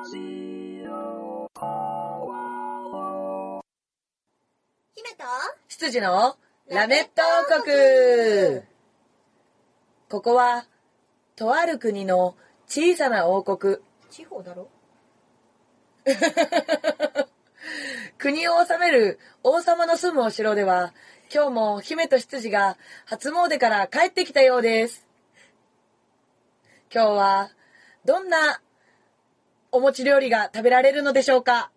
姫と羊のラメット王国。ここはとある国の小さな王国。 地方だろ。 国を治める王様の住むお城では、今日も姫と羊が初詣から帰ってきたようです。今日はどんなお餅料理が食べられるのでしょうか。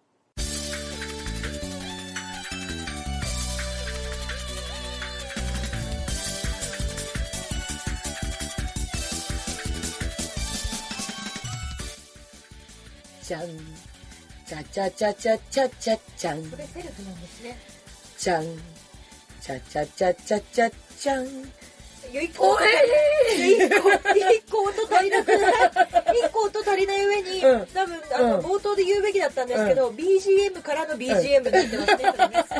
じゃん。ちゃちゃちゃちゃちゃちゃちゃん。 これセルフなんですね。 ちゃん。ちゃちゃちゃちゃちゃちゃん。 一個音足りなくない？一個音足りない上に、 うん多分冒頭で言うべきだったんですけど、BGM からの BGM になってますね。それね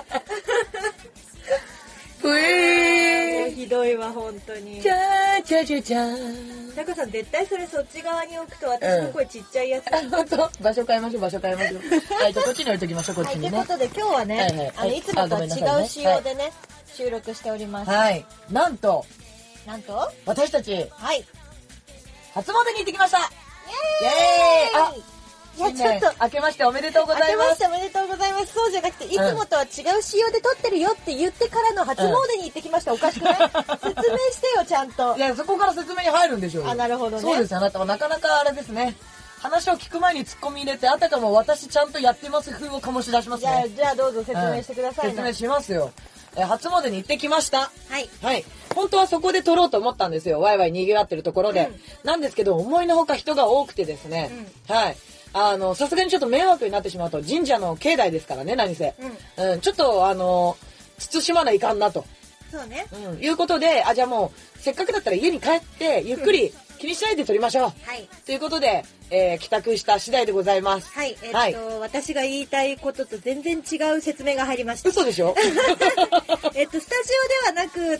ひどいわ本当に。 ちゃーちゃちゃちゃー。 タカさん絶対それそっち側に置くと私の声ちっちゃいやつ。 本当？場所変えましょう。はい、じゃあこっちに置いときましょう。こっちにね。 ということで今日はね、いつもとは違う仕様でね、収録しております。 はい。なんと私たちはい初詣に行ってきました。イエーイ。 いやちょっと明けましておめでとうございます。 おめでとうございます。そうじゃなくていつもとは違う仕様で撮ってるよって言ってからの初詣に行ってきました。おかしくない？説明してよちゃんと。 いやそこから説明に入るんでしょうよ。 あ、なるほどね。 そうです。あなたはなかなかあれですね。話を聞く前にツッコミ入れて、あたかも私ちゃんとやってます風を醸し出しますね。 じゃあどうぞ説明してください。 説明しますよ。初詣に行ってきました。 はい。 はい。本当はそこで撮ろうと思ったんですよ。ワイワイ賑わってるところで。なんですけど、思いのほか人が多くてですね。はい。さすがにちょっと迷惑になってしまうと、神社の境内ですからね、何せ。ちょっと、慎まないかんなと。 そうね。 いうことで、じゃあもう、せっかくだったら家に帰って、ゆっくり気にしないで撮りましょう。 はい。 ということで、帰宅した次第でございます。 はい。私が言いたいことと全然違う説明が入りました。 嘘でしょ？ スタジオではなくって、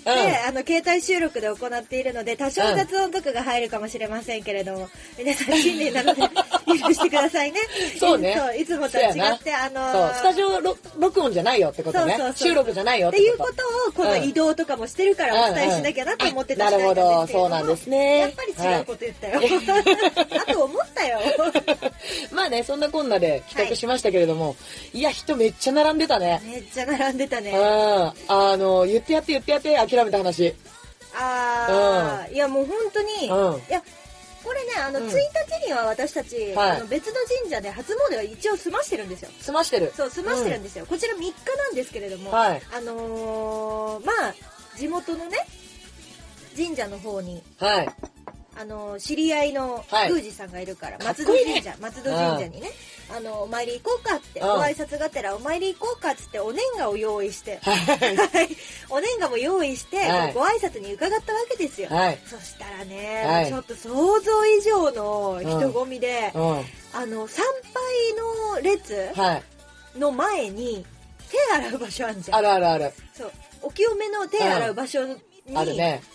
携帯収録で行っているので、多少雑音とかが入るかもしれませんけれども、皆さん新年なので、許してくださいね。 そうね。 そう、いつもとは違って、 スタジオ録音じゃないよってことね。収録じゃないよってこと。 っていうことを、この移動とかもしてるからお伝えしなきゃなと思ってた次第なんですけれども。 なるほど、そうなんですね。 やっぱり違うこと言ったよ。あと思ったよ。 まあね、そんなこんなで帰宅しましたけれども、いや、人めっちゃ並んでたね。 めっちゃ並んでたね。 言ってやって諦めた話。 いやもう本当に、いや、これね、1日には私たち、別の神社で初詣は一応済ましてるんですよ。 済ましてる。 そう、済ましてるんですよ。こちら3日なんですけれども、 はい。 まあ、地元のね、神社の方に、 はい。 知り合いの宮司さんがいるから、松戸神社にね、お参り行こうかって、ご挨拶がてらお参り行こうかっつってお年賀を用意して、お年賀も用意して、ご挨拶に伺ったわけですよ。そしたらね、ちょっと想像以上の人混みで、参拝の列の前に手洗う場所あるじゃん。 ある。 そう、お清めの手洗う場所に、 あるね。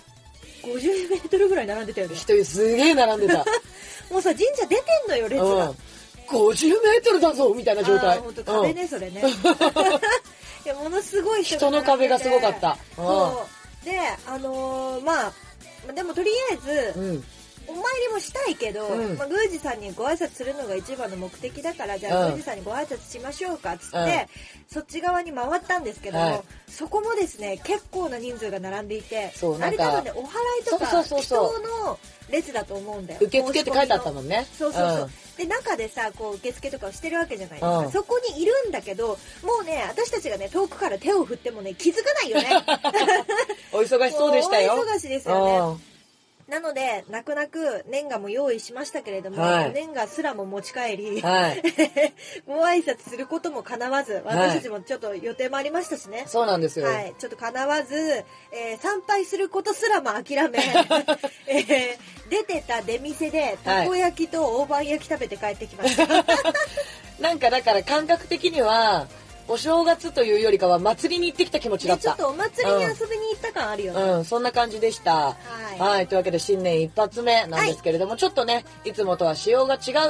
50メートルぐらい並んでたよね。 人すげえ並んでた。 もうさ、神社出てんのよ、列が。 50メートルだぞみたいな状態。 本当壁ね、それね。いや、ものすごい人の壁がすごかった。 そう。で、まあ、でもとりあえず、お参りもしたいけど、宮司さんにご挨拶するのが一番の目的だから、じゃあ宮司さんにご挨拶しましょうかっつって、そっち側に回ったんですけども、そこもですね、結構な人数が並んでいて、あれ多分ね、お祓いとか人の列だと思うんだよ。 受付って書いてあったもんね。 そう。で、中でさ、こう受付とかをしてるわけじゃないですか。そこにいるんだけど、もうね、私たちがね、遠くから手を振ってもね、気づかないよね。 お忙しそうでしたよ。 お忙しいですよね。なので、泣く泣く年賀も用意しましたけれども、年賀すらも持ち帰り、ご挨拶することも叶わず、私たちもちょっと予定もありましたしね。 そうなんですよ。 はい、ちょっと叶わず、参拝することすらも諦め、出てた出店でたこ焼きと大判焼き食べて帰ってきました。 なんかだから感覚的には、お正月というよりかは祭りに行ってきた気持ちだった。 ちょっとお祭りに遊びに行った感あるよね。 そんな感じでした。はい。というわけで新年一発目なんですけれども、ちょっとね、いつもとは仕様が違う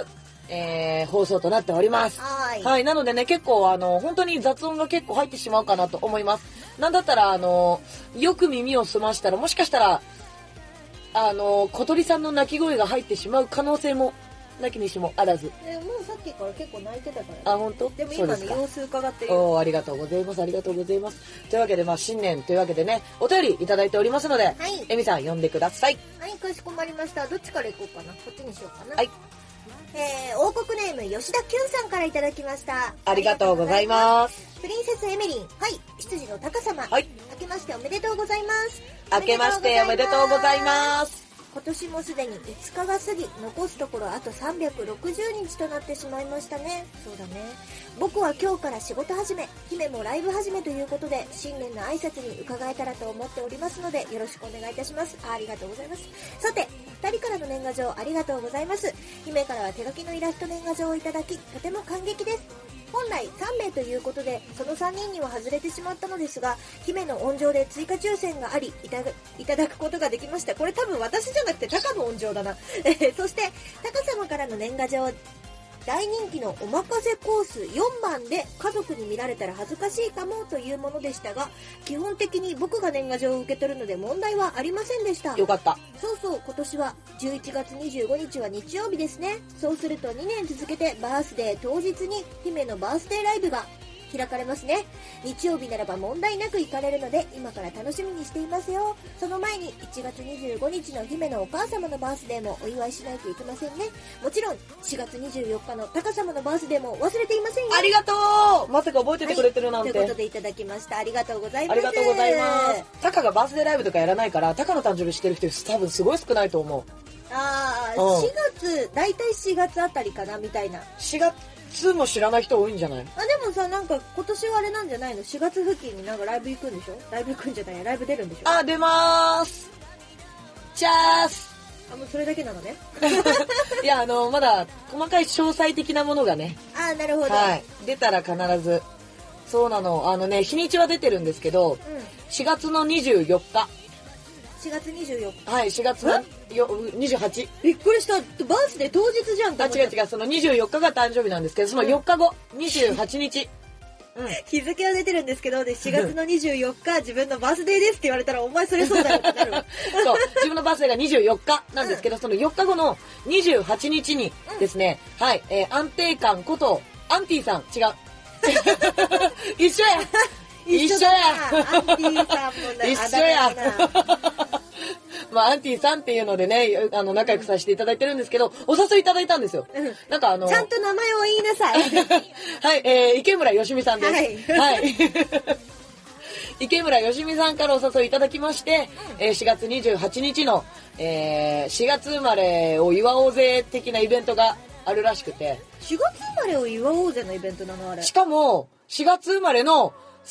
放送となっております。はい。なのでね、結構本当に雑音が結構入ってしまうかなと思います。なんだったらよく耳を澄ましたら、もしかしたら小鳥さんの鳴き声が入ってしまう可能性もなきにしもあらず。 もうさっきから結構泣いてたから、 ね。本当？ でも今の様子伺ってるよ。 ありがとうございます。ありがとうございます。というわけで、新年というわけでね、お便りいただいておりますので、エミさん読んでください。 はい、かしこまりました。どっちから行こうかな。こっちにしようかな。 はい。 王国ネーム吉田きゅんさんからいただきました。 ありがとうございます。 プリンセスエメリン、はい、執事の高様、 はい。 明けましておめでとうございます。 明けましておめでとうございます。 今年もすでに5日が過ぎ、残すところあと360日となってしまいましたね。そうだね。僕は今日から仕事始め、姫もライブ始めということで、新年の挨拶に伺えたらと思っておりますので、よろしくお願いいたします。ありがとうございます。さて、2人からの年賀状ありがとうございます。姫からは手書きのイラスト年賀状をいただき、とても感激です。本来3名ということで、その3人には外れてしまったのですが、姫の温情で追加抽選があり、いただくことができました。これ多分私じゃなくてタカの温情だな。そして、タカ様からの年賀状、大人気のおまかせコース4番で家族に見られたら恥ずかしいかもというものでしたが、基本的に僕が年賀状を受け取るので問題はありませんでした。 よかった。 そうそう、今年は11月25日は日曜日ですね。そうすると2年続けてバースデー当日に姫のバースデーライブが開かれますね。日曜日ならば問題なく行かれるので今から楽しみにしていますよ。その前に1月25日の姫のお母様のバースデーもお祝いしないといけませんね。もちろん4月24日のタカ様のバースデーも忘れていませんよ。 ありがとう。まさか覚えててくれてるなんて、 ということでいただきました。ありがとうございます。 ありがとうございます。タカがバースデーライブとかやらないから、タカの誕生日してる人多分すごい少ないと思う。 4月、だいたい4月あたりかなみたいな。 4月も知らない人多いんじゃない？ でもさ、なんか今年はあれなんじゃないの？ 4 月付近になんかライブ行くんでしょ？ライブ行くんじゃないや、ライブ出るんでしょ？ 出まーす。チャース。 もうそれだけなのね。 いや、まだ細かい詳細的なものがね。 なるほど。 はい。出たら必ず。そうなの。日にちは出てるんですけど、4月の24日。 4月24日。 はい、4月の28。 びっくりした。バースデー当日じゃん。 違う。その24日が誕生日なんですけど、その4日後、28日。 日付は出てるんですけど、で、4月の24日、自分のバースデーですって言われたら、お前それそうだよってなるわ。 そう、自分のバースデーが24日なんですけど、その4日後の28日にですね、はい、安定感ことアンティさん、違う。一緒や。 アンティさんもね、 一緒や。アンティさんっていうのでね、仲良くさせていただいてるんですけど、お誘いいただいたんですよ。なんかちゃんと名前を言いなさい。 はい、池村よしみさんです。はい。池村よしみさんからお誘いいただきまして、4月28日の、4月生まれを祝おうぜ的なイベントがあるらしくて。 4月生まれを祝おうぜのイベントなのあれ。 しかも、4月生まれの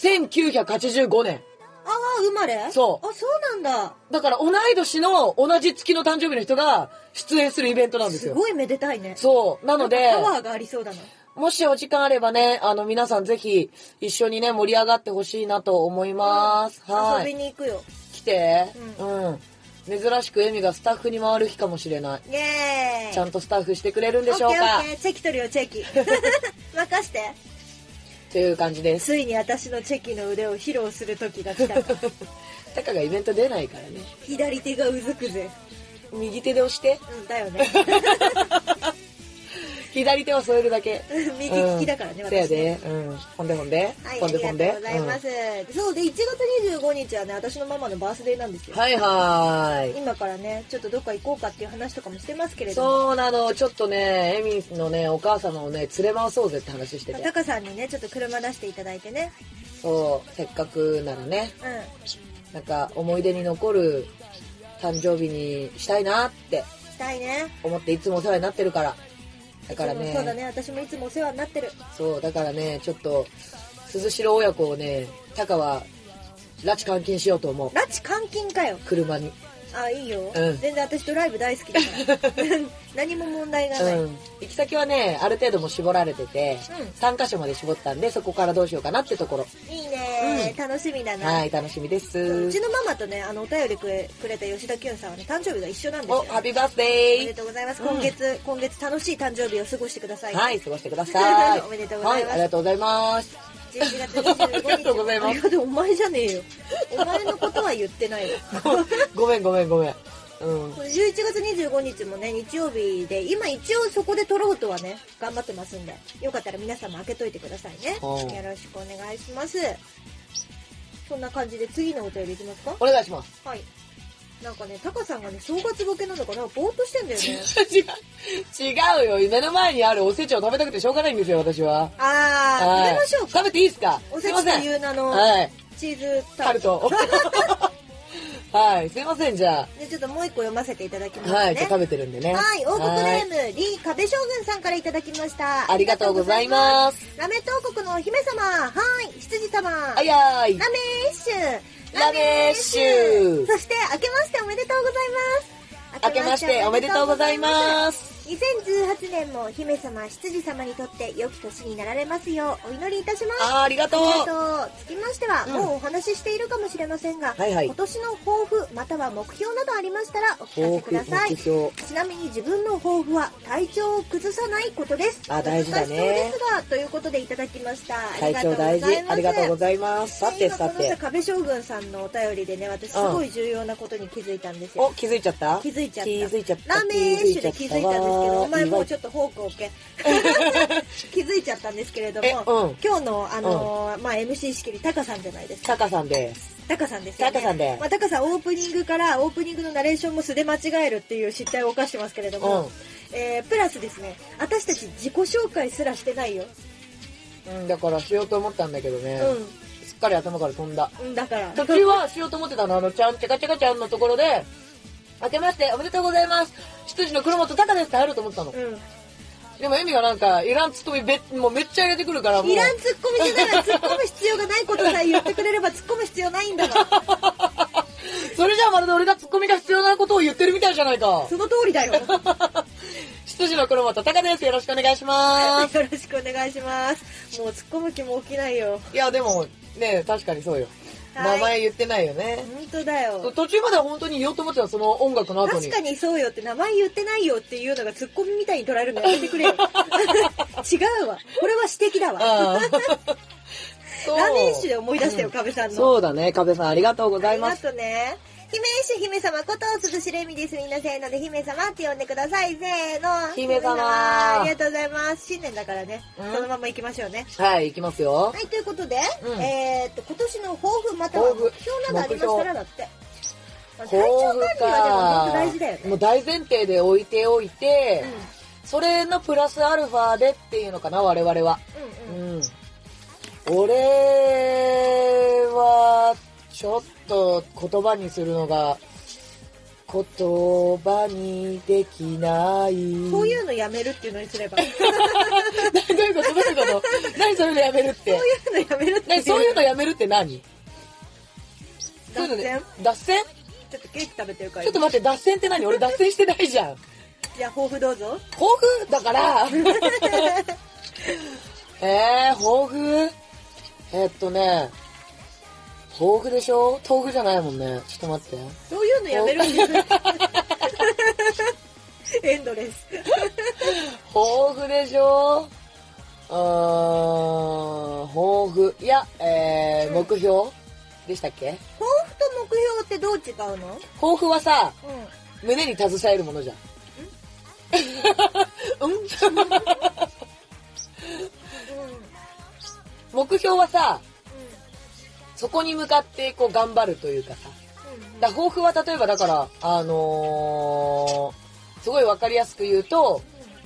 1985年。 生まれ？ そう。 そうなんだ。 だから同い年の同じ月の誕生日の人が出演するイベントなんですよ。 すごいめでたいね。 そう。なので、 パワーがありそうだな。 もしお時間あればね、皆さんぜひ一緒にね、盛り上がってほしいなと思います。はい。 遊びに行くよ。 来て。珍しくエミがスタッフに回る日かもしれない。 イエーイ。 ちゃんとスタッフしてくれるんでしょうか。 オッケー。チェキ取るよ、チェキ。任して。 という感じです。 ついに私のチェキの腕を披露する時が来た。 タカがイベント出ないからね。 左手がうずくぜ。 右手で押して。 だよね。 左手は添えるだけ。 右利きだからね、 私。やで。ほんで。 はい、ありがとうございます。そうで、1月25日はね、私のママのバースデーなんですよ。 はい。 今からね、ちょっとどっか行こうかっていう話とかもしてますけれども。 そうなの、ちょっとね、エミのね、お母様をね、連れ回そうぜって話してて。 タカさんにね、ちょっと車出していただいてね。 そう、せっかくならね。なんか、思い出に残る誕生日にしたいなって。 したいね。 思っていつもお世話になってるから。だからね。 そうだね、私もいつもお世話になってる。 そう、だからね、ちょっと、鈴代親子をね、タカは、拉致監禁しようと思う。 拉致監禁かよ。 車に。 あ、いいよ。 うん、 全然私ドライブ大好きだから。何も問題がない。 行き先はね、ある程度も絞られてて、3カ所まで絞ったんで、そこからどうしようかなってところ。 いいね、楽しみだな。 はい、楽しみです。 うちのママとね、お便りくれた吉田きゅんさんはね、誕生日が一緒なんですよ。 ハッピーバースデー。 おめでとうございます。今月楽しい誕生日を過ごしてください。 はい、過ごしてください。 おめでとうございます。 はい、ありがとうございます。 11月25日。ありがとうございます。 お前じゃねえよ。お前のことは言ってないよ。 ごめん。 11月25日もね、日曜日で、今一応そこで撮ろうとはね、頑張ってますんで、よかったら皆様開けといてくださいね。よろしくお願いします。そんな感じで次のお便りいきますか？ お願いします。 はい。なんかね、タカさんがね、正月ボケなのかな、ぼーっとしてんだよね。 違うよ。目の前にあるおせちを食べたくてしょうがないんですよ、私は。 食べましょうか。 食べていいですか？ おせちという名のチーズタルト。 はい、すいません、じゃあ。 で、ちょっともう一個読ませていただきますね。 はい、じゃあ食べてるんでね。 はい、王国ネーム、リー壁将軍さんからいただきました。 ありがとうございます。 ラメット王国のお姫様、はい、羊様。 あやーい。 ラメッシュ。 ラメッシュ。 そして、明けましておめでとうございます。 明けましておめでとうございます。 2018年も姫様、羊様にとって良き年になられますようお祈りいたします。 ありがとう。 つきましては、もうお話ししているかもしれませんが、今年の抱負または目標などありましたらお聞かせください。ちなみに自分の抱負は体調を崩さないことです。 大事だね。 そうですが、ということでいただきました。 体調大事。ありがとうございます。さて。 壁将軍さんのお便りでね、私すごい重要なことに気づいたんですよ。 気づいちゃった？ 気づいちゃった。 ラーメンッシュで気づいたんですけど、お前もうちょっとフォークをけ気づいちゃったんですけれども、今日のMC 仕切りタカさんじゃないですか。 タカさんです。 タカさんですよね。タカさんオープニングのナレーションも素で間違えるっていう失態を犯してますけれども、プラスですね、私たち自己紹介すらしてないよ。 だからしようと思ったんだけどね。すっかり頭から飛んだ。 だから途中はしようと思ってたの、チャカチャカちゃんのところで、明けましておめでとうございます。羊の黒本タカですって入ると思ったの。でもエミがなんかいらんツッコミもうめっちゃ入れてくるからもう。 いらんツッコミじゃない。ツッコむ必要がないことさえ言ってくれればツッコむ必要ないんだから。 それじゃあまるで俺がツッコミが必要なことを言ってるみたいじゃないか。 その通りだよ。 羊の黒本タカです。よろしくお願いします。 よろしくお願いします。もうツッコむ気も起きないよ。 いやでもね、確かにそうよ。名前言ってないよね。 本当だよ。 途中までは本当に言おうと思ってた、その音楽の後に。 確かにそうよって名前言ってないよっていうのがツッコミみたいに捉えるのやめてくれよ。違うわ。これは指摘だわ。ラーメンッシュで思い出したよ、壁さんの。 そうだね、壁さんありがとうございます。 ありがとうね。姫主姫様こと鈴代恵美です。みんなせーので姫様って呼んでください。せーの。 姫様。 ありがとうございます。新年だからね。そのまま行きましょうね。 はい、行きますよ。 はい、ということで、今年の抱負または目標などありましたらだって。体調管理はでも本当大事だよね。 もう大前提で置いておいて、それのプラスアルファでっていうのかな、我々は。俺は、ちょっと言葉にするのが言葉にできない。 そういうのやめるっていうのにすれば。 どういうこと何そういうのやめるって。 そういうのやめるって。 そういうのやめるって何？ 脱線？ 脱線？ ちょっとケーキ食べてるから。 ちょっと待って、脱線って何？俺脱線してないじゃん。 じゃあ抱負どうぞ。 抱負だから。抱負？豆腐でしょ？豆腐じゃないもんね。ちょっと待って。 そういうのやめるんです。エンドレス。 抱負でしょ？抱負。いや、目標でしたっけ？ 抱負と目標ってどう違うの？ 抱負はさ、胸に携えるものじゃん。目標はさ、そこに向かってこう頑張るというかさ。だ抱負は例えばだから、すごいわかりやすく言うと、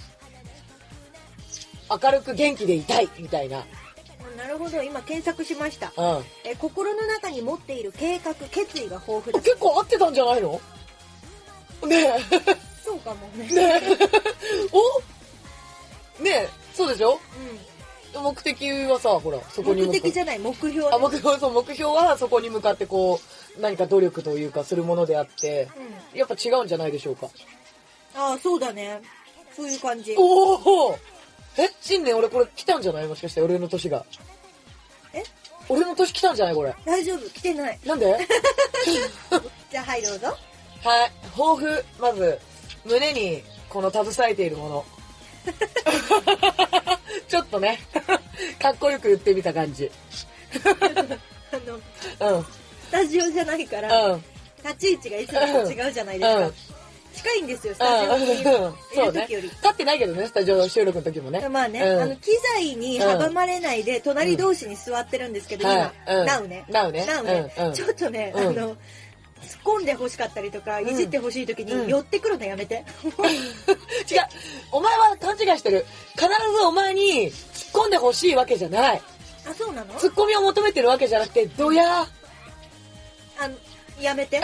明るく元気でいたいみたいな。 なるほど、今検索しました。心の中に持っている計画、決意が豊富だ。 結構合ってたんじゃないの？ねえ。 そうかもね。 ねえ。お？ねえ、そうでしょ？目的はさ、ほら、そこに目的じゃない、目標、 ね。目標はそこに向かってこう、何か努力というかするものであって、 やっぱ違うんじゃないでしょうか。 ああ、そうだね。そういう感じ。 おお。新年俺これ来たんじゃない？もしかして俺の年が。俺の年来たんじゃないこれ。 大丈夫、来てない。 なんで？ じゃあはいどうぞ。 はい、抱負、まず胸にこの携えているもの。ちょっとね、かっこよく言ってみた感じ。 スタジオじゃないから、立ち位置がいつもと違うじゃないですか。近いんですよ、スタジオにいる時より。 立ってないけどね、スタジオ収録の時もね。 まあね、機材に阻まれないで、隣同士に座ってるんですけど、今、ナウね。ちょっとね、突っ込んで欲しかったりとか、いじって欲しい時に寄ってくるのやめて。 違う、お前は勘違いしてる。必ずお前に突っ込んで欲しいわけじゃない。 あ、そうなの？ 突っ込みを求めてるわけじゃなくて、ドヤやめて。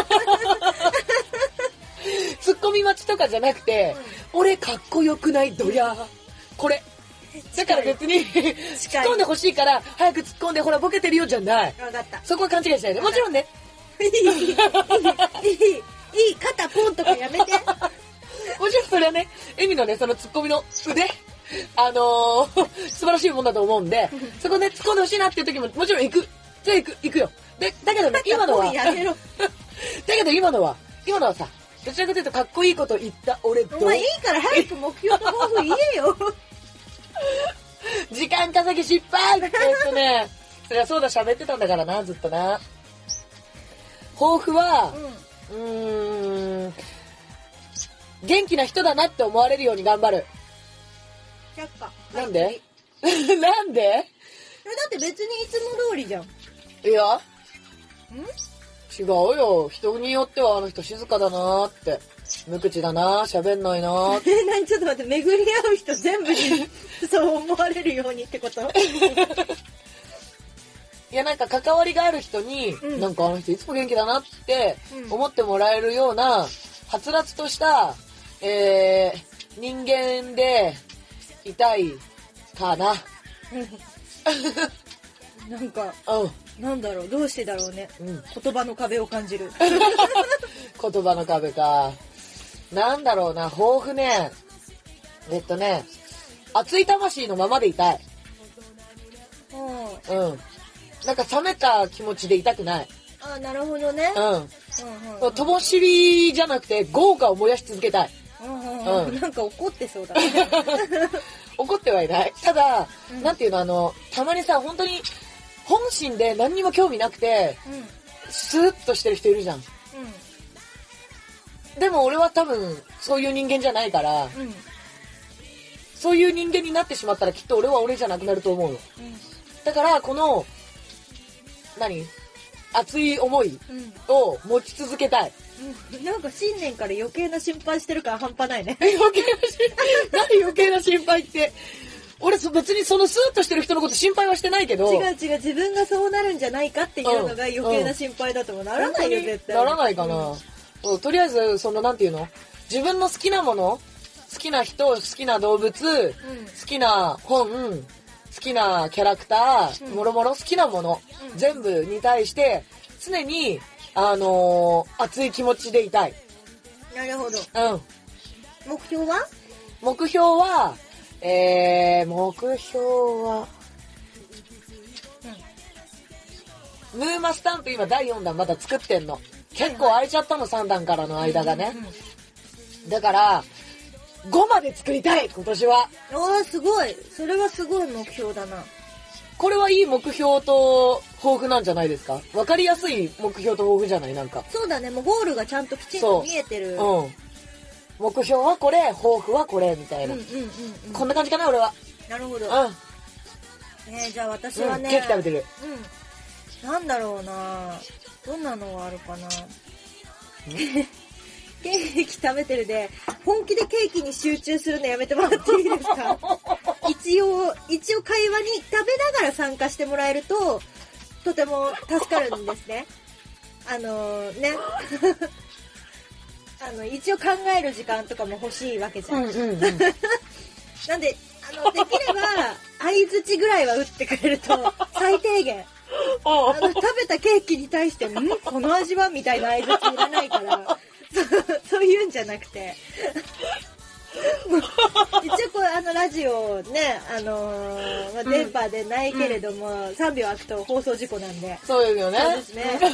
ツッコミ待ちとかじゃなくて、俺かっこよくないドヤー。これ。だから別に突っ込んでほしいから早く突っ込んでほらボケてるよじゃない。 わかった。 そこは勘違いしないで。もちろんね。 いい肩ポンとかやめて。 もちろんそれはね、エミのねそのツッコミの腕素晴らしいもんだと思うんで、そこね突っ込んでほしいなっていう時ももちろん行く。じゃあ行くよ。でだけどね今のはだけど今のはさ。どちらかというとかっこいいこと言った俺と。 お前いいから早く目標と抱負言えよ。 時間稼ぎ失敗。そりゃそうだ、喋ってたんだからな、ずっとな。抱負は、元気な人だなって思われるように頑張る。 却下。 なんで？なんで？ だって別にいつも通りじゃん。 いや。違うよ。人によってはあの人静かだなーって。無口だなー、喋んないなーって。 何ちょっと待って、巡り合う人全部にそう思われるようにってこと？ いやなんか関わりがある人に、なんかあの人いつも元気だなって思ってもらえるような、はつらつとした、人間でいたいかな。 なんか、なんだろう、どうしてだろうね。言葉の壁を感じる。 言葉の壁か。なんだろうな、抱負ね。熱い魂のままでいたい。なんか冷めた気持ちでいたくない。 あ、なるほどね。 灯火じゃなくて豪華を燃やし続けたい。 なんか怒ってそうだね。 怒ってはいない。ただ、なんていうの、たまにさ、本当に、本心で何にも興味なくて、スーッとしてる人いるじゃん。でも俺は多分、そういう人間じゃないから、そういう人間になってしまったらきっと俺は俺じゃなくなると思うの。だから、この、熱い思いを持ち続けたい。 なんか新年から余計な心配してるから半端ないね。 何余計な心配って。俺別にそのスーッとしてる人のこと心配はしてないけど。 違う自分がそうなるんじゃないかっていうのが余計な心配だともならないよ絶対。 ならないかな。とりあえずなんていうの？自分の好きなもの、好きな人、好きな動物、好きな本、好きなキャラクター、もろもろ好きなもの、全部に対して常に熱い気持ちでいたい。 なるほど。目標は？ ムーマスタンプ今第4弾まだ作ってんの。結構空いちゃったの、3弾からの間がね。だから5まで作りたい今年は。 すごい。それはすごい目標だな。 これはいい目標と抱負なんじゃないですか？わかりやすい目標と抱負じゃない？なんか。 そうだね。もうゴールがちゃんときちんと見えてる。 目標はこれ、抱負はこれみたいな。こんな感じかな俺は。 なるほど。じゃあ私はね。 ケーキ食べてる。 なんだろうな。どんなのがあるかな。ケーキ食べてるで、本気でケーキに集中するのやめてもらっていいですか？一応会話に食べながら参加してもらえると、とても助かるんですね。一応考える時間とかも欲しいわけじゃん。なんで、できれば、相槌ぐらいは打ってくれると、最低限。食べたケーキに対して、この味はみたいな相槌いらないから、 そういうんじゃなくて一応こうラジオね電波でないけれども、3秒空くと放送事故なんで。 そうですよね。 そうですね。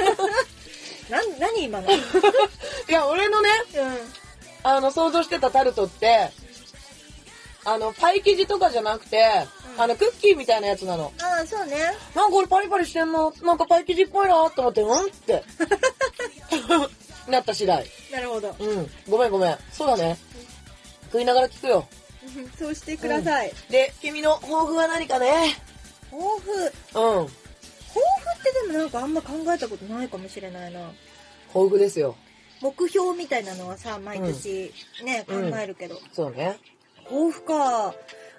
何今のいや、俺のね、想像してたタルトって、パイ生地とかじゃなくて、クッキーみたいなやつなの。 ああ、そうね。 なんか俺パリパリしてんの、なんかパイ生地っぽいなと思って、って。なった次第。 なるほど。 ごめん。そうだね。食いながら聞くよ。 そうしてください。 で、君の抱負は何かね。 抱負。抱負ってでもなんかあんま考えたことないかもしれないな。 抱負ですよ。 目標みたいなのはさ、毎年ね、考えるけど。 そうね。 抱負か。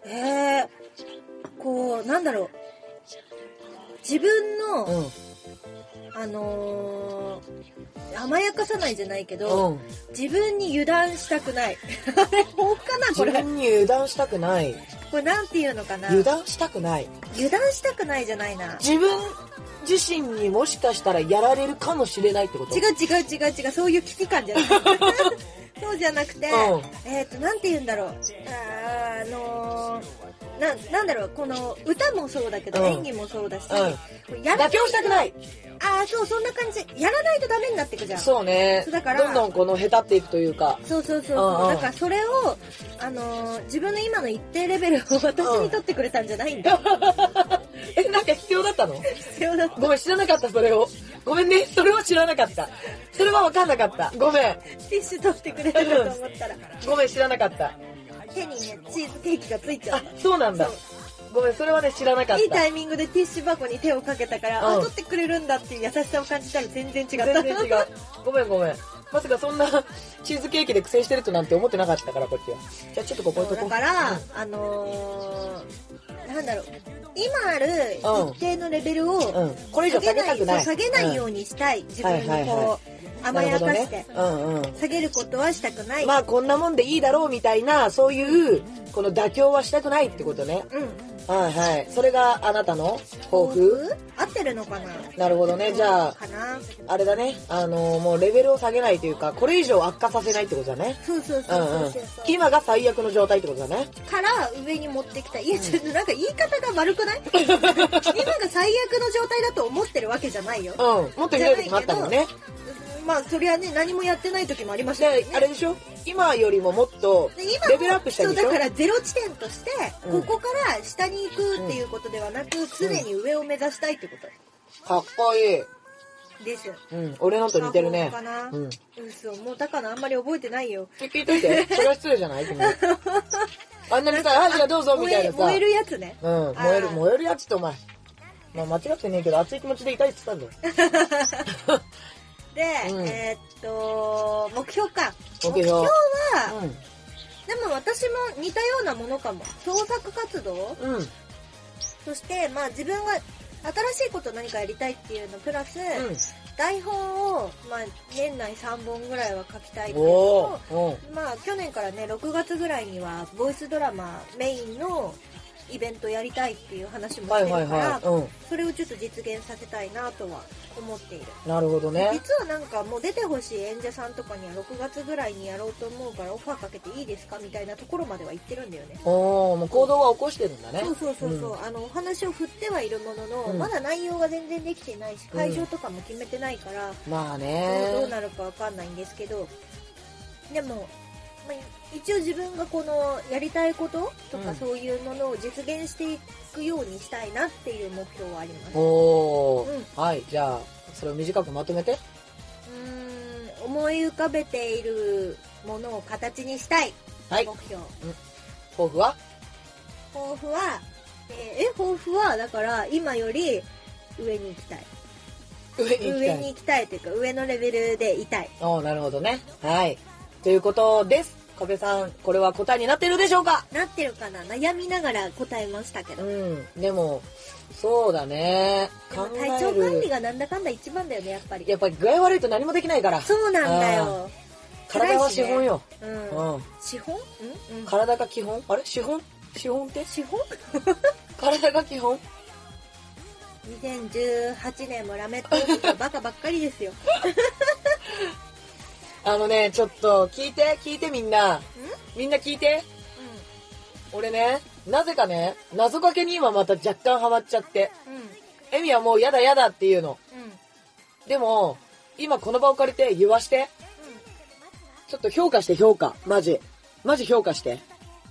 こう、なんだろう。自分の、甘やかさないじゃないけど、自分に油断したくない。抱負かなこれ。 自分に油断したくない。 これなんていうのかな。 油断したくない。 油断したくないじゃないな。 自分自身にもしかしたらやられるかもしれないってこと？ 違う。そういう危機感じゃない。そうじゃなくて、なんて言うんだろう。なんだろう、この歌もそうだけど、演技もそうだし、 妥協したくない。 そう、そんな感じ。やらないとダメになってくじゃん。 そうね。 だからどんどんこのへたっていくというか。 そう。だからそれを、自分の今の一定レベルを私に取ってくれたんじゃないんだ。 なんか必要だったの？ 必要だった。 ごめん、知らなかった、それを。ごめんね、それは知らなかった。それは分かんなかった。ごめん。 ティッシュ取ってくれたかと思ったら。 ごめん、知らなかった。 手にね、チーズケーキがついちゃった。 そうなんだ。ごめん、それはね、知らなかった。 いいタイミングでティッシュ箱に手をかけたから、取ってくれるんだっていう優しさを感じたら全然違った。 全然違う。ごめん。まさかそんなチーズケーキで苦戦してるとなんて思ってなかったから、こっちは。じゃあちょっとここだから、なんだろう。今ある一定のレベルをこれ以上下げたくない。 下げないようにしたい。自分にこう、甘やかして。下げることはしたくない。 まあこんなもんでいいだろうみたいな、そういう、この妥協はしたくないってことね。はい。それがあなたの抱負？ 合ってるのかな？ なるほどね。じゃあ、あれだね。もうレベルを下げないというか、これ以上悪化させないってことだね。 そう。 今が最悪の状態ってことだね。 から上に持ってきた。いや、ちょっとなんか言い方が悪くない？今が最悪の状態だと思ってるわけじゃないよ。 もっとひどい時もあったもんね。 まあそりゃね、何もやってない時もありましたね。あれでしょ？今よりももっとレベルアップしたでしょ？ そうだからゼロ地点として、ここから下に行くっていうことではなく、常に上を目指したいってこと。 かっこいい。 です。 俺のと似てるね。 嘘、もうだからあんまり覚えてないよ。 聞いといて。それは失礼じゃない？あんなにさ、じゃあどうぞみたいなさ。 燃えるやつね。 燃えるやつってお前。まあ間違ってねえけど、熱い気持ちでいたいって言ったんだよ。 で、目標か。 目標は、でも私も似たようなものかも。創作活動そして、まあ自分が新しいこと何かやりたいっていうのプラス、台本を、まあ、年内3本ぐらいは書きたいっていうのを、まあ去年からね、6月ぐらいにはボイスドラマメインのイベントやりたいっていう話もしてるから、それをちょっと実現させたいなとは思っている。 なるほどね。 実はなんかもう出てほしい演者さんとかには6月ぐらいにやろうと思うからオファーかけていいですかみたいなところまでは言ってるんだよね。 もう行動は起こしてるんだね。 そう、お話を振ってはいるものの、まだ内容が全然できてないし、会場とかも決めてないから、 まあね、 どうなるかわかんないんですけど、でも、まあ、一応自分がこのやりたいこととかそういうものを実現していくようにしたいなっていう目標はあります。 はい、じゃあそれを短くまとめて。 思い浮かべているものを形にしたい、目標。 抱負は？ 抱負はだから今より上に行きたい。上に行きたいというか上のレベルでいたい。 なるほどね。はい。ということです。小部さん、これは答えになってるでしょうか？ なってるかな？悩みながら答えましたけど。 でも、そうだね。 体調管理がなんだかんだ一番だよね、やっぱり。 やっぱり具合悪いと何もできないから。 そうなんだよ。 体は資本よ。 資本？ 体が基本？あれ？資本って資本？ 体が基本 ？2018年もラメットがバカばっかりですよ。 ちょっと聞いてみんな。みんな聞いて。俺ね、なぜかね、謎かけに今また若干ハマっちゃって。エミはもうやだっていうの。でも、今この場を借りて言わして。ちょっと評価してマジ評価して。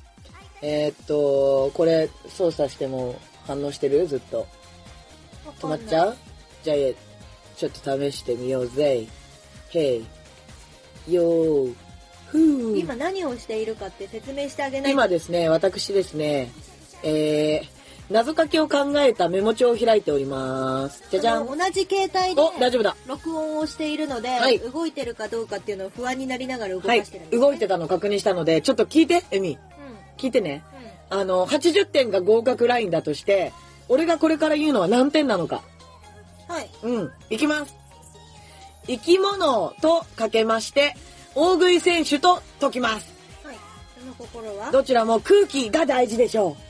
これ操作しても反応してる？ずっと。止まっちゃう？じゃあ、ちょっと試してみようぜ。へい。よー。ふー。 今何をしているかって説明してあげないと。 今ですね、私ですね、謎かけを考えたメモ帳を開いております。じゃじゃん。 同じ携帯で大丈夫だ。 録音をしているので、 はい、 動いてるかどうかっていうのを不安になりながら動かしてるんです、ね。 はい、動いてたの確認したので、ちょっと聞いて、エミ。聞いてね。80点が合格ラインだとして、俺がこれから言うのは何点なのか。 はい。 いきます。生き物とかけまして、大食い選手と解きます。 はい。その心は？ どちらも空気が大事でしょう。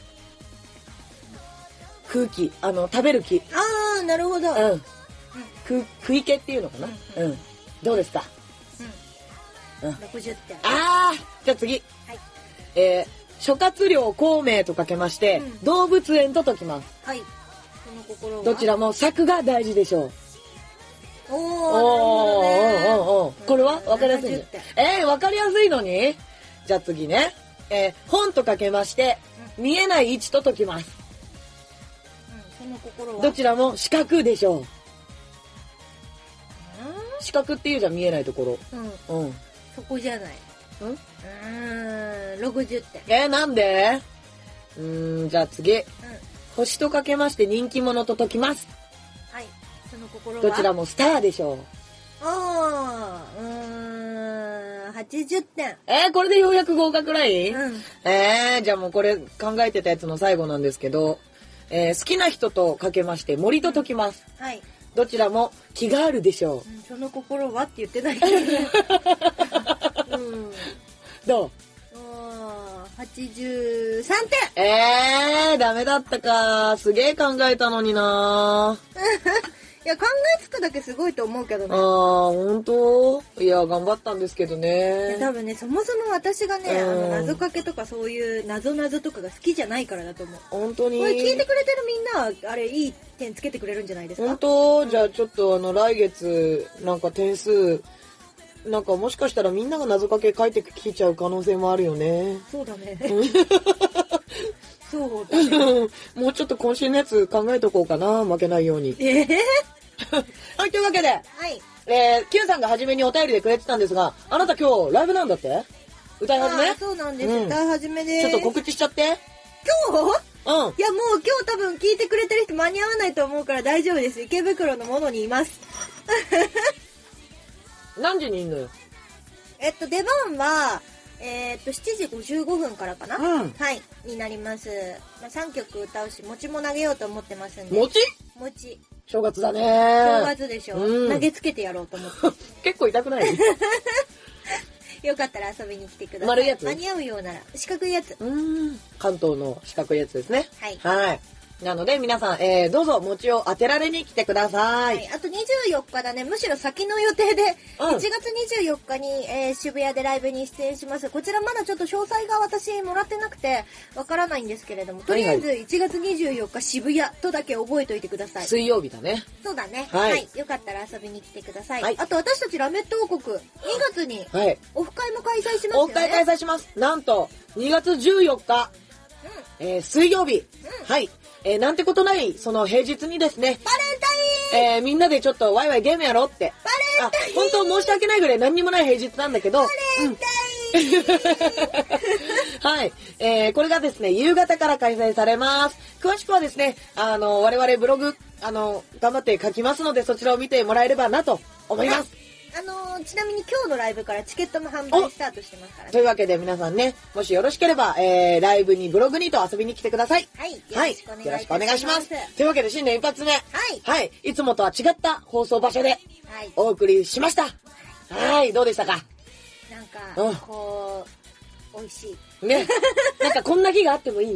空気、食べる気。 あー、なるほど。 食い気っていうのかな。どうですか ？60点。 あー、じゃあ次。はい。諸葛亮孔明とかけまして、動物園と解きます。 はい。その心は？ どちらも策が大事でしょう。 おこれは分かりやすいね。分かりやすいのに？じゃあ次ね。本とかけまして、見えない位置と解きます。 その心は？ どちらも四角でしょう。四角っていうじゃん、見えないところ。 そこじゃない。60点。 なんで？じゃあ次。星とかけまして人気者と解きます。 はい。その心は？ どちらもスターでしょう。 80点。 これでようやく合格ライン？じゃあもうこれ考えてたやつの最後なんですけど、好きな人とかけまして森と解きます。 はい。 どちらも気があるでしょう。 その心はって言ってないけどね。 どう ？83点。 ダメだったか。すげえ考えたのにな。 いや、考えつくだけすごいと思うけどね。 本当？いや、頑張ったんですけどね。 多分ね、そもそも私がね、謎かけとかそういう謎とかが好きじゃないからだと思う。 本当に？ これ聞いてくれてるみんな、あれ、いい点つけてくれるんじゃないですか？ 本当？じゃあちょっと来月、なんか点数、なんかもしかしたらみんなが謎かけ書いてきちゃう可能性もあるよね。 そうだね。そうだね。 もうちょっと今週のやつ考えとこうかな。負けないように。はい、というわけで。 はい。 Q さんが初めにお便りでくれてたんですが、あなた今日ライブなんだって？歌い始め？ そうなんです。歌い始めで。 ちょっと告知しちゃって。 今日？いや、もう今日多分聞いてくれてる人間に合わないと思うから大丈夫です。池袋のものにいます。 何時にいんのよ？ 出番は、7時55分からかな、はい、になります。3曲歌うし、餅も投げようと思ってますんで。 餅正月だね。 正月でしょ、投げつけてやろうと思って。 結構痛くない？ よかったら遊びに来てください。 丸いやつ？ 間に合うようなら。四角いやつ。 関東の四角いやつですね。 はい。 なので皆さん、どうぞ餅を当てられに来てください。 はい、あと24日だね。むしろ先の予定で、1月24日に、渋谷でライブに出演します。こちらまだちょっと詳細が私もらってなくてわからないんですけれども、とりあえず1月24日渋谷とだけ覚えておいてください。 水曜日だね。 そうだね。はい。よかったら遊びに来てください。あと私たちラメット王国、2月にオフ会も開催しますよね。 オフ会開催します。なんと2月14日、水曜日。はい。なんてことない、その平日にですね。 バレンタインみんなでちょっこワイゲームやろうって。 バレンタイン本当申し訳ないぐらい何にもない平日なんだけど。 バレンタインはい。これがですね、夕方から開催されます。詳しくはですね、我々ブログ、頑張って書きますので、そちらを見てもらえればなと思います。 ちなみに今日のライブからチケットも販売スタートしてますからね。 というわけで皆さんね、もしよろしければ、ライブにブログにと遊びに来てください。 はい。よろしくお願いします。 というわけで新年一発目。はい。いつもとは違った放送場所でお送りしました。はい。どうでしたか？ なんか、美味しい。 ね。なんかこんな日があってもいいね。 そ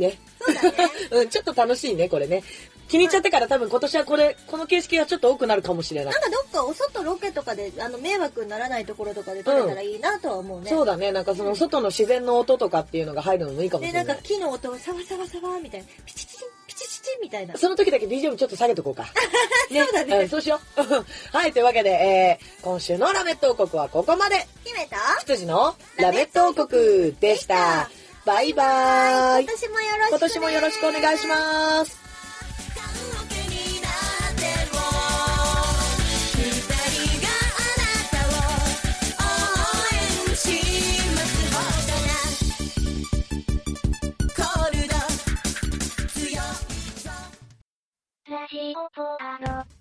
そうだね。 うん、ちょっと楽しいね、これね。気に入っちゃってから多分今年はこの形式がちょっと多くなるかもしれない。 なんかどっかお外ロケとかで、迷惑にならないところとかで撮れたらいいなとは思うね。 そうだね。なんかその外の自然の音とかっていうのが入るのもいいかもしれない。 で、なんか木の音をサワサワサワみたいな、ピチチチン、ピチチチンみたいな。 その時だけ BGM ちょっと下げとこうか。 そうだね。 そうしよう。はい、というわけで、今週のラメット王国はここまで。 姫と羊のラメット王国でした。バイバーイ。 今年もよろしくお願いします。 ラジオポアド。